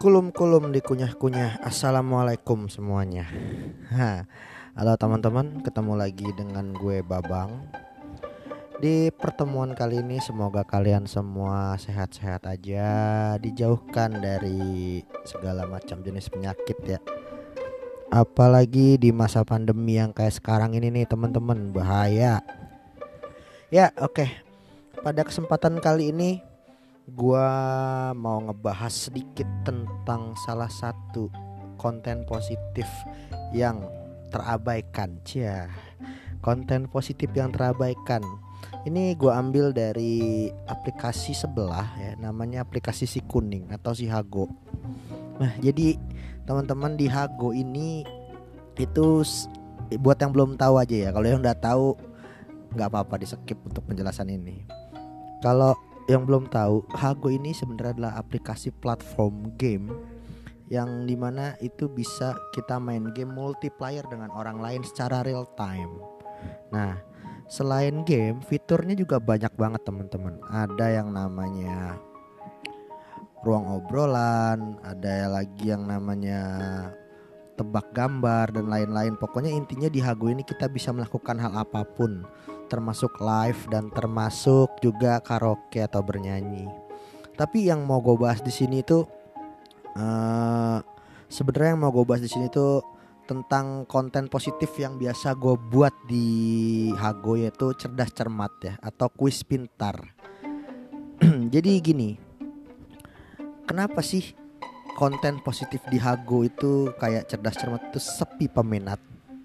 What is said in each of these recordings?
Kulum-kulum dikunyah-kunyah. Assalamualaikum semuanya. Halo teman-teman, ketemu lagi dengan gue Babang. Di pertemuan kali ini semoga kalian semua sehat-sehat aja, dijauhkan dari segala macam jenis penyakit ya. Apalagi di masa pandemi yang kayak sekarang ini nih teman-teman, bahaya. Ya, oke. Pada kesempatan kali ini gua mau ngebahas sedikit tentang salah satu konten positif yang terabaikan. Konten positif yang terabaikan. Ini gua ambil dari aplikasi sebelah ya, namanya aplikasi Si Kuning atau Si Hago. Nah, jadi teman-teman di Hago ini itu buat yang belum tahu aja ya. Kalau yang udah tahu nggak apa-apa di skip untuk penjelasan ini. Kalau yang belum tahu, Hago ini sebenarnya adalah aplikasi platform game yang dimana itu bisa kita main game multiplayer dengan orang lain secara real time. Nah, selain game, fiturnya juga banyak banget teman-teman. Ada yang namanya ruang obrolan, ada lagi yang namanya tebak gambar dan lain-lain. Pokoknya intinya di Hago ini kita bisa melakukan hal apapun, termasuk live dan termasuk juga karaoke atau bernyanyi. Tapi yang mau gue bahas di sini itu sebenarnya yang mau gue bahas di sini tuh tentang konten positif yang biasa gue buat di Hago, yaitu cerdas cermat ya atau kuis pintar. Jadi gini, kenapa sih konten positif di Hago itu kayak cerdas cermat itu sepi peminat?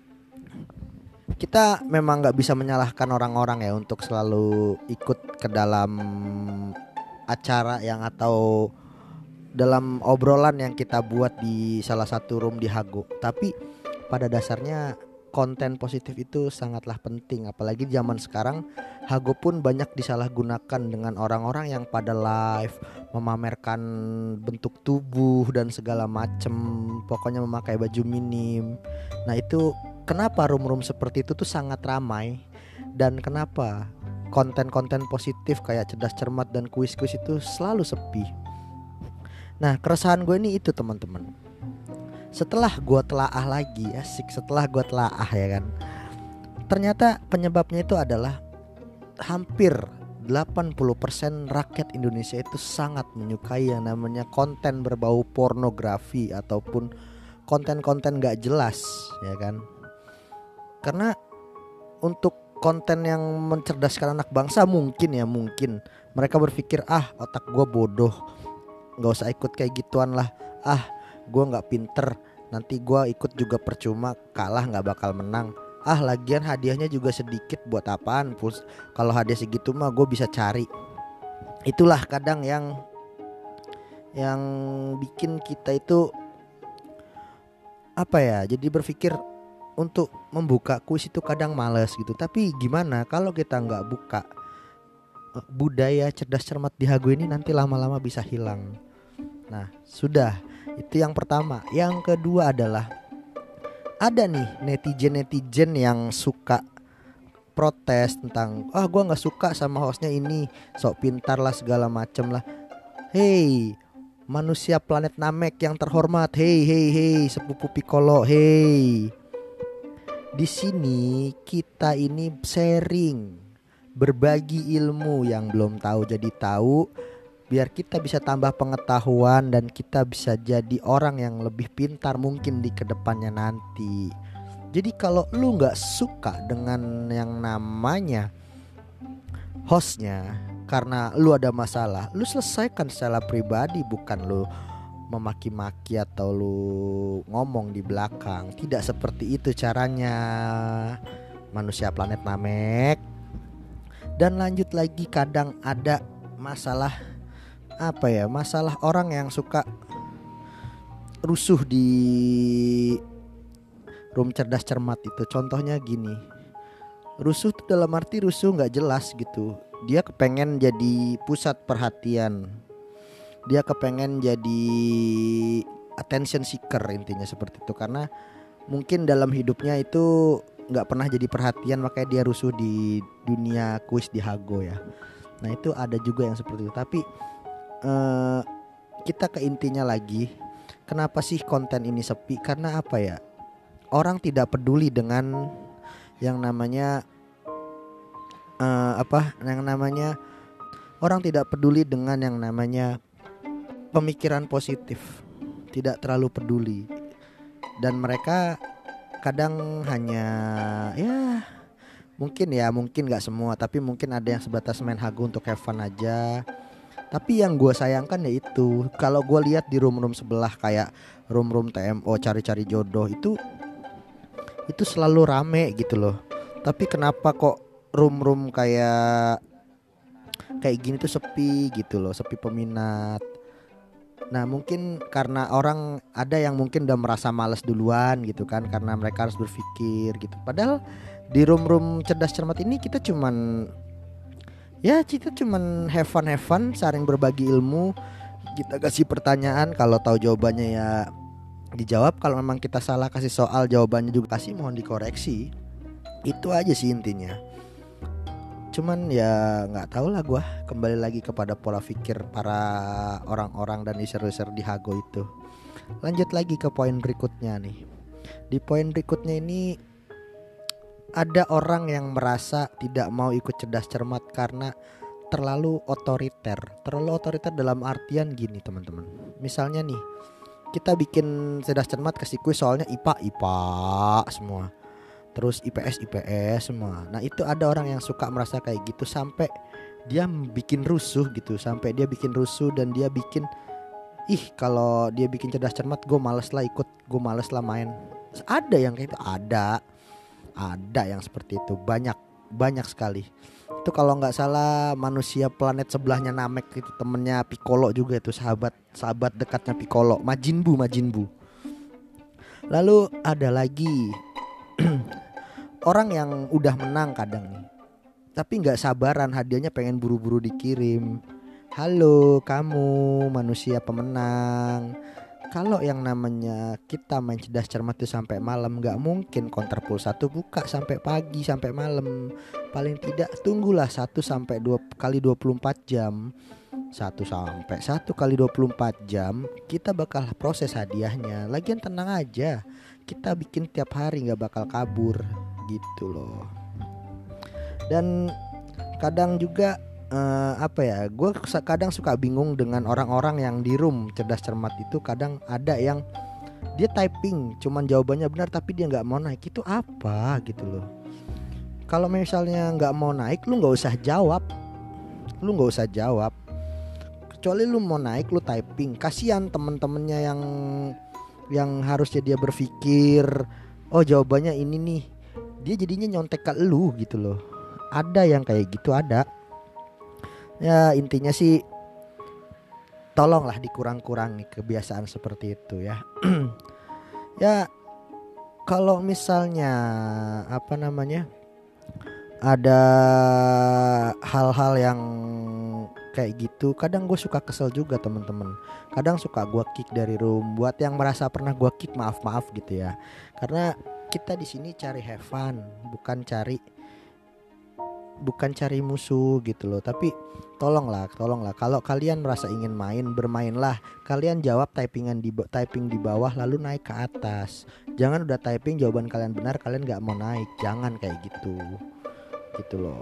Kita memang nggak bisa menyalahkan orang-orang ya untuk selalu ikut ke dalam acara yang atau dalam obrolan yang kita buat di salah satu room di Hago. Tapi pada dasarnya konten positif itu sangatlah penting, apalagi zaman sekarang Hago pun banyak disalahgunakan dengan orang-orang yang pada live memamerkan bentuk tubuh dan segala macem, pokoknya memakai baju minim. Nah itu kenapa room-room seperti itu tuh sangat ramai, dan kenapa konten-konten positif kayak cerdas cermat dan kuis-kuis itu selalu sepi. Nah keresahan gue ini itu teman-teman. Setelah gue telaah lagi, setelah gue telaah ya kan, ternyata penyebabnya itu adalah hampir 80% rakyat Indonesia itu sangat menyukai yang namanya konten berbau pornografi ataupun konten-konten gak jelas ya kan. Karena untuk konten yang mencerdaskan anak bangsa mungkin mereka berpikir otak gue bodoh, gak usah ikut kayak gituan lah, gue gak pinter, nanti gue ikut juga percuma, kalah gak bakal menang. Lagian hadiahnya juga sedikit, buat apaan kalau hadiah segitu mah gue bisa cari. Itulah kadang yang bikin kita itu jadi berpikir untuk membuka kuis itu kadang males gitu. Tapi gimana kalau kita gak buka budaya cerdas cermat di Hago ini, nanti lama-lama bisa hilang. Nah sudah, itu yang pertama. Yang kedua adalah ada nih netizen yang suka protes tentang gue gak suka sama hostnya ini, sok pintar lah segala macem lah. Hei manusia planet Namek yang terhormat, hei sepupu Piccolo, hei. Di sini kita ini sharing, berbagi ilmu, yang belum tahu jadi tahu, biar kita bisa tambah pengetahuan dan kita bisa jadi orang yang lebih pintar mungkin di kedepannya nanti. Jadi kalau lu gak suka dengan yang namanya hostnya karena lu ada masalah, lu selesaikan secara pribadi, bukan lu memaki-maki atau lu ngomong di belakang. Tidak seperti itu caranya, manusia planet Namek. Dan lanjut lagi, kadang ada masalah masalah orang yang suka rusuh di room cerdas cermat itu. Contohnya gini, rusuh tuh dalam arti rusuh gak jelas gitu. Dia kepengen jadi pusat perhatian, dia kepengen jadi attention seeker, intinya seperti itu. Karena mungkin dalam hidupnya itu gak pernah jadi perhatian, makanya dia rusuh di dunia kuis di Hago ya. Nah itu ada juga yang seperti itu. Tapi kita ke intinya lagi, kenapa sih konten ini sepi? Karena apa ya? Orang tidak peduli dengan yang namanya yang namanya orang tidak peduli dengan yang namanya pemikiran positif. Tidak terlalu peduli. Dan mereka kadang hanya ya mungkin gak semua, tapi mungkin ada yang sebatas main hago untuk have fun aja. Tapi yang gue sayangkan ya itu, kalau gue lihat di room-room sebelah kayak room-room TMO cari-cari jodoh itu selalu rame gitu loh. Tapi kenapa kok room-room kayak gini tuh sepi gitu loh, sepi peminat. Nah mungkin karena orang ada yang mungkin udah merasa malas duluan gitu kan, karena mereka harus berpikir gitu. Padahal di room-room cerdas cermat ini kita cuman have fun, saling berbagi ilmu. Kita kasih pertanyaan, kalau tahu jawabannya ya dijawab, kalau memang kita salah kasih soal jawabannya juga kasih, mohon dikoreksi. Itu aja sih intinya. Cuman ya nggak tahu lah, gue kembali lagi kepada pola pikir para orang-orang dan user-user di Hago itu. Lanjut lagi ke poin berikutnya nih. Di poin berikutnya ini ada orang yang merasa tidak mau ikut cerdas cermat karena terlalu otoriter. Terlalu otoriter dalam artian gini teman-teman. Misalnya nih, kita bikin cerdas cermat kasih kuis soalnya IPA semua, terus IPS semua. Nah itu ada orang yang suka merasa kayak gitu sampai dia bikin rusuh gitu, dan dia bikin kalau dia bikin cerdas cermat gue males lah ikut, gue males lah main. Ada yang kayak itu, ada yang seperti itu, banyak sekali. Itu kalau nggak salah manusia planet sebelahnya Namek itu, temennya Piccolo juga itu, sahabat dekatnya Piccolo, Majin Buu. Lalu ada lagi orang yang udah menang kadang nih, tapi nggak sabaran, hadiahnya pengen buru-buru dikirim. Halo kamu manusia pemenang, kalau yang namanya kita main cerdas cermat itu sampai malam, nggak mungkin counter pulsa tuh buka sampai pagi sampai malam. Paling tidak tunggulah 1 sampai 2 kali 24 jam. 1 kali 24 jam kita bakal proses hadiahnya. Lagian tenang aja, kita bikin tiap hari, nggak bakal kabur gitu loh. Dan kadang juga gue kadang suka bingung dengan orang-orang yang di room cerdas cermat itu. Kadang ada yang dia typing cuman jawabannya benar tapi dia nggak mau naik. Itu apa gitu loh. Kalau misalnya nggak mau naik, lu nggak usah jawab, kecuali lu mau naik lu typing. Kasihan temen-temennya yang harusnya dia berpikir, oh jawabannya ini nih, dia jadinya nyontek ke lu gitu loh. Ada yang kayak gitu, ada. Ya intinya sih tolonglah dikurang-kurang nih kebiasaan seperti itu ya. Ya kalau misalnya ada hal-hal yang kayak gitu, kadang gue suka kesel juga teman-teman. Kadang suka gue kick dari room. Buat yang merasa pernah gue kick, maaf gitu ya. Karena kita di sini cari have fun, bukan cari musuh gitu loh. Tapi tolonglah kalau kalian merasa ingin bermainlah. Kalian jawab typing di bawah lalu naik ke atas. Jangan udah typing jawaban kalian benar kalian gak mau naik. Jangan kayak gitu loh.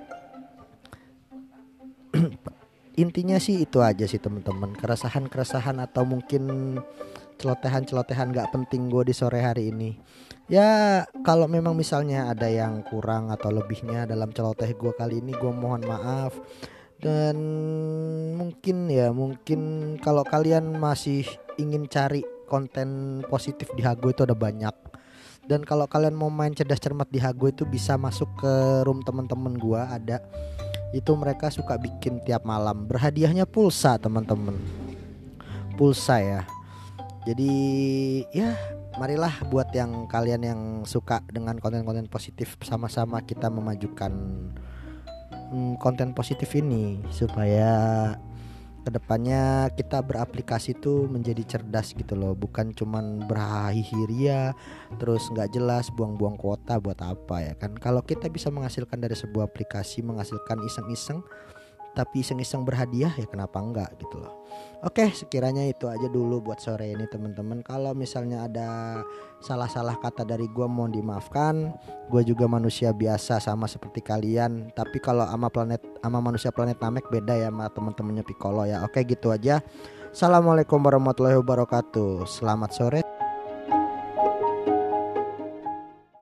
Intinya sih itu aja sih teman-teman. Keresahan atau mungkin celotehan gak penting gue di sore hari ini. Ya kalau memang misalnya ada yang kurang atau lebihnya dalam celoteh gue kali ini, gue mohon maaf. Dan mungkin kalau kalian masih ingin cari konten positif di Hago itu ada banyak. Dan kalau kalian mau main cerdas cermat di Hago itu bisa masuk ke room teman-teman gue, ada. Itu mereka suka bikin tiap malam. Berhadiahnya pulsa teman-teman. Pulsa ya. Jadi ya marilah buat yang kalian yang suka dengan konten-konten positif, sama-sama kita memajukan konten positif ini supaya kedepannya kita beraplikasi tuh menjadi cerdas gitu loh, bukan cuman berhahihiria terus nggak jelas buang-buang kuota buat apa ya kan. Kalau kita bisa menghasilkan dari sebuah aplikasi, menghasilkan iseng-iseng, tapi iseng-iseng berhadiah ya kenapa enggak gitu loh. Oke, sekiranya itu aja dulu buat sore ini teman-teman. Kalau misalnya ada salah-salah kata dari gua mohon dimaafkan. Gua juga manusia biasa sama seperti kalian. Tapi kalau sama manusia planet Namek beda ya sama teman-temannya Piccolo ya. Oke, gitu aja. Assalamualaikum warahmatullahi wabarakatuh. Selamat sore.